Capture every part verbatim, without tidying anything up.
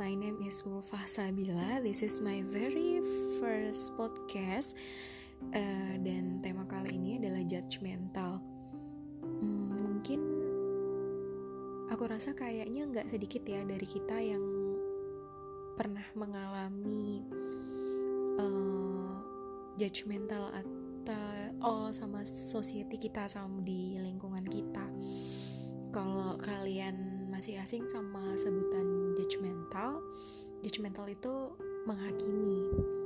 my name is Ulfah Sabila. This is my very first podcast, uh, dan tema kali ini adalah judgmental. Hmm, mungkin aku rasa kayaknya nggak sedikit ya dari kita yang pernah mengalami uh, judgmental atau oh sama society kita, sama di lingkungan kita. Kalau kalian masih asing sama sebutan judgmental, judgmental itu menghakimi.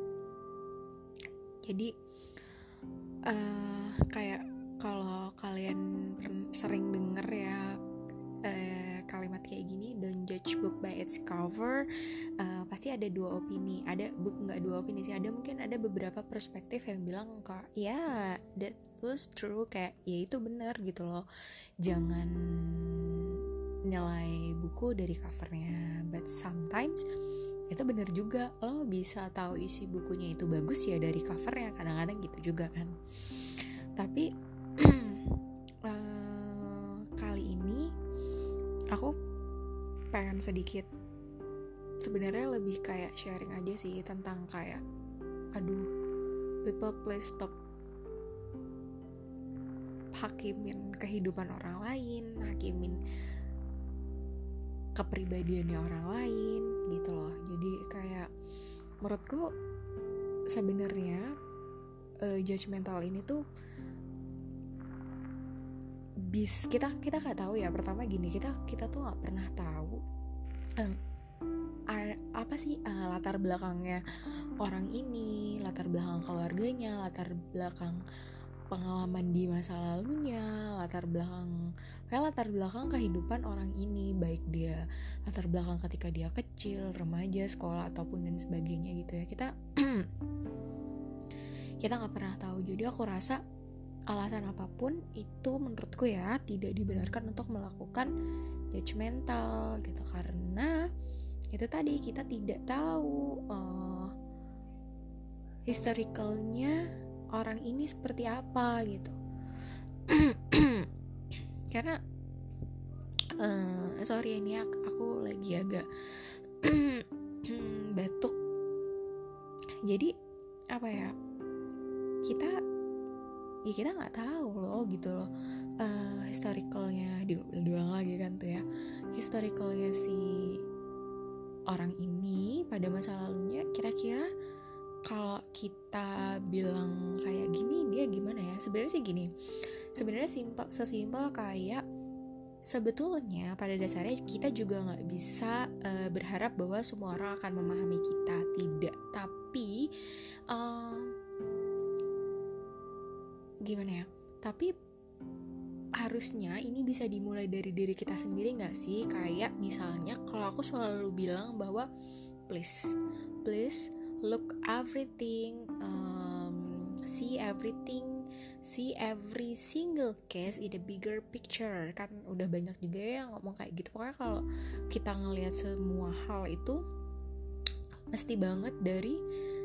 Jadi uh, kayak kalau kalian sering denger ya uh, kalimat kayak gini, don't judge book by its cover, uh, pasti ada dua opini. Ada book nggak dua opini sih, ada mungkin ada beberapa perspektif yang bilang kok ya that was true, kayak ya itu benar gitu loh, jangan nilai buku dari covernya. But sometimes itu benar juga, lo bisa tahu isi bukunya itu bagus ya dari covernya, kadang-kadang gitu juga kan. Tapi uh, kali ini aku pengen sedikit sebenarnya lebih kayak sharing aja sih tentang kayak aduh, people please stop hakimin kehidupan orang lain, hakimin kepribadiannya orang lain gitu loh. Jadi kayak menurutku sebenarnya uh, judgmental ini tuh bis kita kita nggak tahu ya. Pertama gini, kita kita tuh nggak pernah tahu uh, apa sih uh, latar belakangnya orang ini, latar belakang keluarganya, latar belakang pengalaman di masa lalunya, latar belakang kayak latar belakang kehidupan orang ini, baik dia latar belakang ketika dia kecil, remaja, sekolah ataupun dan sebagainya gitu ya. Kita kita nggak pernah tahu. Jadi aku rasa alasan apapun itu menurutku ya tidak dibenarkan untuk melakukan judgmental gitu, karena itu tadi kita tidak tahu uh, historicalnya orang ini seperti apa gitu. Karena uh, sorry ini aku, aku lagi agak batuk. Jadi apa ya, kita ya kita nggak tahu loh gitu loh uh, historicalnya, diulang lagi kan tuh ya, historicalnya si orang ini pada masa lalunya. Kira-kira kalau kita bilang kayak gini, dia gimana ya? Sebenarnya sih gini, sebenarnya simpel, sesimpel kayak sebetulnya pada dasarnya kita juga nggak bisa uh, berharap bahwa semua orang akan memahami kita, tidak. Tapi uh, gimana ya? Tapi harusnya ini bisa dimulai dari diri kita sendiri nggak sih? Kayak misalnya kalau aku selalu bilang bahwa please, please look everything, um, see everything, see every single case in a bigger picture. Kan udah banyak juga yang ngomong kayak gitu. Pokoknya kalau kita ngelihat semua hal itu mesti banget dari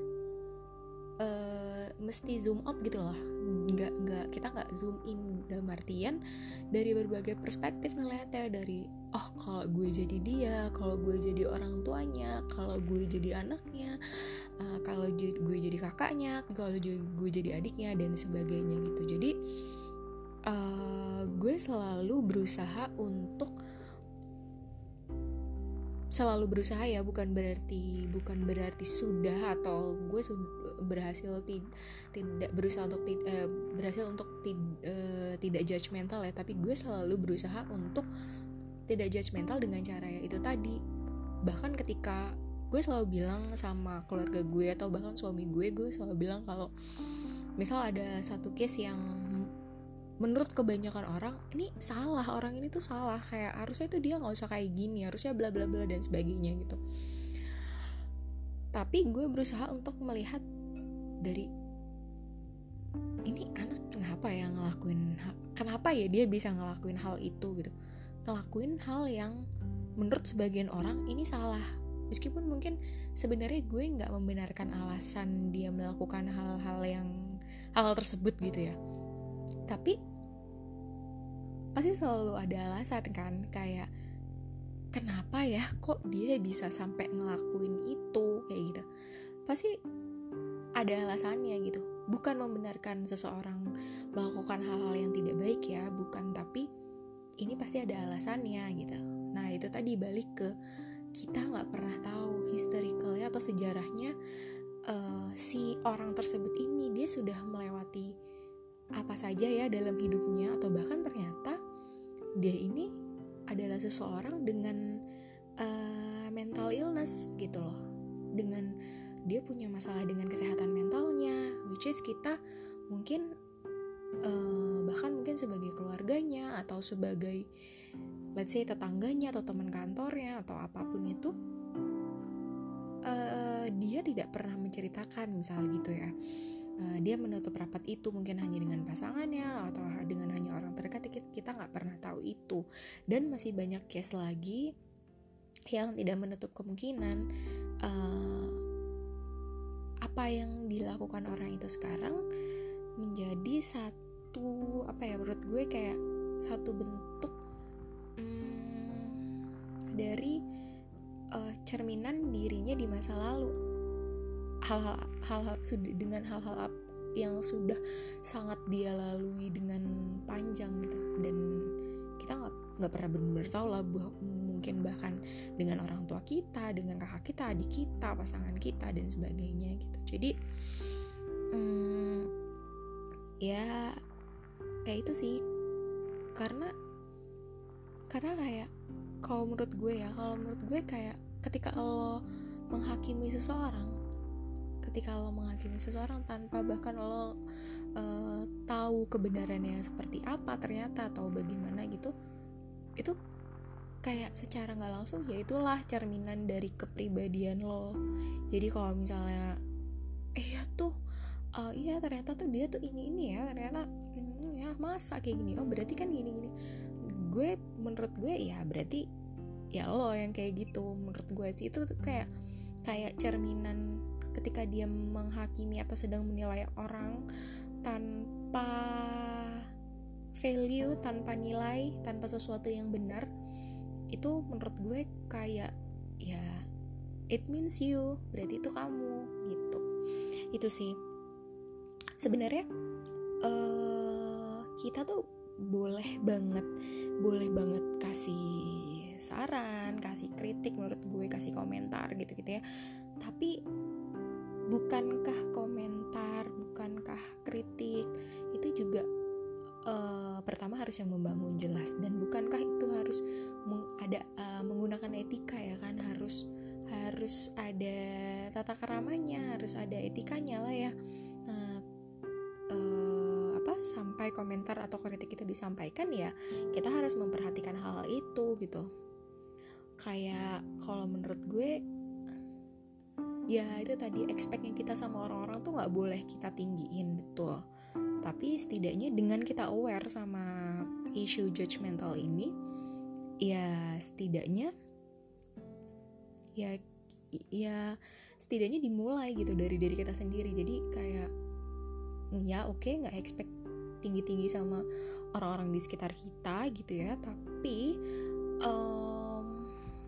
uh, mesti zoom out gitu loh. Nggak, nggak, kita nggak zoom in dalam artian dari berbagai perspektif ngeliatnya, dari oh kalau gue jadi dia, kalau gue jadi orang tuanya, kalau gue jadi anaknya, uh, kalau j- gue jadi kakaknya, kalau j- gue jadi adiknya dan sebagainya gitu. Jadi uh, gue selalu berusaha untuk selalu berusaha ya, bukan berarti bukan berarti sudah atau gue sudah berhasil tid, tidak berusaha untuk tid, eh, berhasil untuk tid, eh, tidak judgmental ya, tapi gue selalu berusaha untuk tidak judgmental dengan cara ya itu tadi. Bahkan ketika gue selalu bilang sama keluarga gue atau bahkan suami gue, gue selalu bilang kalau misal ada satu case yang menurut kebanyakan orang ini salah, orang ini tuh salah, kayak harusnya tuh dia nggak usah kayak gini, harusnya bla bla bla dan sebagainya gitu. Tapi gue berusaha untuk melihat dari ini anak kenapa ya ngelakuin, kenapa ya dia bisa ngelakuin hal itu gitu, ngelakuin hal yang menurut sebagian orang ini salah. Meskipun mungkin sebenarnya gue nggak membenarkan alasan dia melakukan hal-hal yang hal tersebut gitu ya, tapi pasti selalu ada alasan kan. Kayak kenapa ya kok dia bisa sampai ngelakuin itu kayak gitu. Pasti ada alasannya gitu. Bukan membenarkan seseorang melakukan hal-hal yang tidak baik ya, bukan, tapi ini pasti ada alasannya gitu. Nah itu tadi balik ke kita nggak pernah tahu historicalnya atau sejarahnya uh, si orang tersebut ini, dia sudah melewati apa saja ya dalam hidupnya, atau bahkan ternyata dia ini adalah seseorang dengan uh, mental illness gitu loh, dengan dia punya masalah dengan kesehatan mentalnya, which is kita mungkin uh, bahkan mungkin sebagai keluarganya atau sebagai let's say tetangganya atau teman kantornya atau apapun itu, uh, dia tidak pernah menceritakan misal gitu ya, uh, dia menutup rapat itu mungkin hanya dengan pasangannya atau dengan hanya orang terdekat, kita nggak pernah tahu itu. Dan masih banyak case lagi yang tidak menutup kemungkinan uh, apa yang dilakukan orang itu sekarang menjadi satu apa ya menurut gue kayak satu bentuk hmm, dari uh, cerminan dirinya di masa lalu, hal-hal hal-hal dengan hal-hal yang sudah sangat dia lalui dengan panjang gitu, dan kita nggak nggak pernah benar-benar tahu lah, mungkin bahkan dengan orang tua kita, dengan kakak kita, adik kita, pasangan kita dan sebagainya gitu. Jadi hmm, ya kayak itu sih, karena karena kayak kalau menurut gue ya kalau menurut gue kayak ketika lo menghakimi seseorang ketika lo menghakimi seseorang tanpa bahkan lo uh, tahu kebenarannya seperti apa ternyata atau bagaimana gitu, itu kayak secara nggak langsung ya itulah cerminan dari kepribadian lo. Jadi kalau misalnya eh ya tuh uh, iya ternyata tuh dia tuh ini ini ya ternyata hmm, ya masa kayak gini, oh berarti kan gini gini, gue menurut gue ya berarti ya lo yang kayak gitu. Menurut gue sih itu tuh kayak kayak cerminan ketika dia menghakimi atau sedang menilai orang tanpa value, tanpa nilai, tanpa sesuatu yang benar. Itu menurut gue kayak ya it means you, berarti itu kamu gitu. Itu sih sebenarnya uh, kita tuh boleh banget boleh banget kasih saran, kasih kritik, menurut gue kasih komentar gitu-gitu ya, tapi bukankah komentar, bukankah kritik itu juga uh, pertama harus yang membangun jelas, dan bukankah itu harus meng- ada uh, menggunakan etika ya kan, harus harus ada tata keramanya, harus ada etikanya lah ya. Nah, uh, apa sampai komentar atau kritik itu disampaikan ya kita harus memperhatikan hal-hal itu gitu. Kayak kalau menurut gue ya itu tadi expect-nya kita sama orang-orang tuh gak boleh kita tinggiin, betul. Tapi setidaknya dengan kita aware sama isu judgmental ini, ya setidaknya ya ya setidaknya dimulai gitu dari diri kita sendiri. Jadi kayak ya oke okay, gak expect tinggi-tinggi sama orang-orang di sekitar kita gitu ya, tapi um,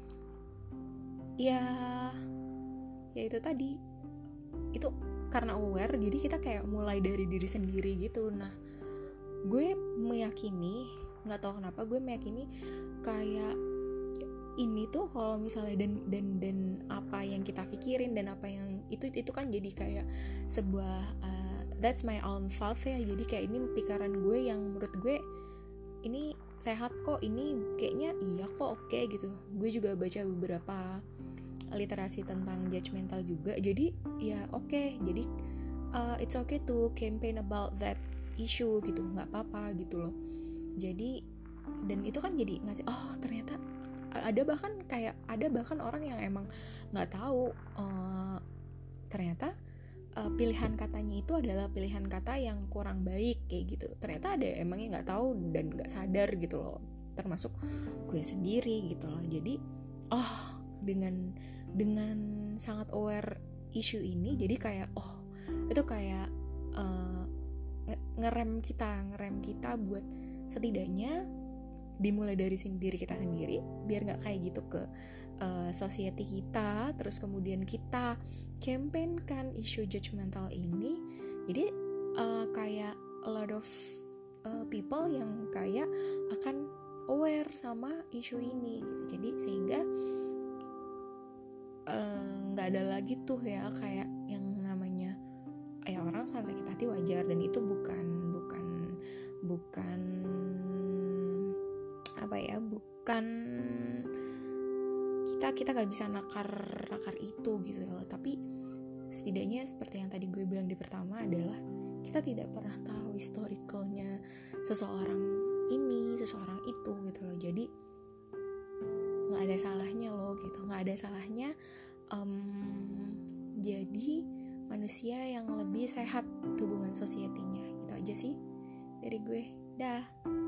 ya ya itu tadi, itu karena aware jadi kita kayak mulai dari diri sendiri gitu. Nah gue meyakini, nggak tahu kenapa gue meyakini kayak ini tuh kalau misalnya dan dan dan apa yang kita pikirin dan apa yang itu itu kan jadi kayak sebuah uh, that's my own thought ya, jadi kayak ini pikiran gue yang menurut gue ini sehat kok, ini kayaknya iya kok, oke okay, gitu. Gue juga baca beberapa literasi tentang judgmental juga, jadi ya oke okay. Jadi uh, it's okay to campaign about that issue gitu, nggak apa-apa gitu loh. Jadi dan itu kan jadi ngasih oh ternyata ada bahkan kayak ada bahkan orang yang emang nggak tahu uh, ternyata uh, pilihan katanya itu adalah pilihan kata yang kurang baik kayak gitu. Ternyata ada emangnya nggak tahu dan nggak sadar gitu loh, termasuk gue sendiri gitu loh. Jadi oh dengan dengan sangat aware isu ini, jadi kayak oh itu kayak uh, ngerem kita ngerem kita buat setidaknya dimulai dari diri kita sendiri, biar nggak kayak gitu ke uh, society kita. Terus kemudian kita campaignkan isu judgmental ini, jadi uh, kayak a lot of uh, people yang kayak akan aware sama isu ini gitu. Jadi sehingga nggak uh, ada lagi tuh ya kayak yang namanya ya orang sakit hati wajar, dan itu bukan bukan bukan apa ya bukan kita kita nggak bisa nakar nakar itu gitu loh. Tapi setidaknya seperti yang tadi gue bilang di pertama adalah kita tidak pernah tahu historicalnya seseorang ini, seseorang itu gitu loh. Jadi nggak ada salahnya loh gitu, nggak ada salahnya um, jadi manusia yang lebih sehat hubungan sosietinya. Itu aja sih dari gue. Dah.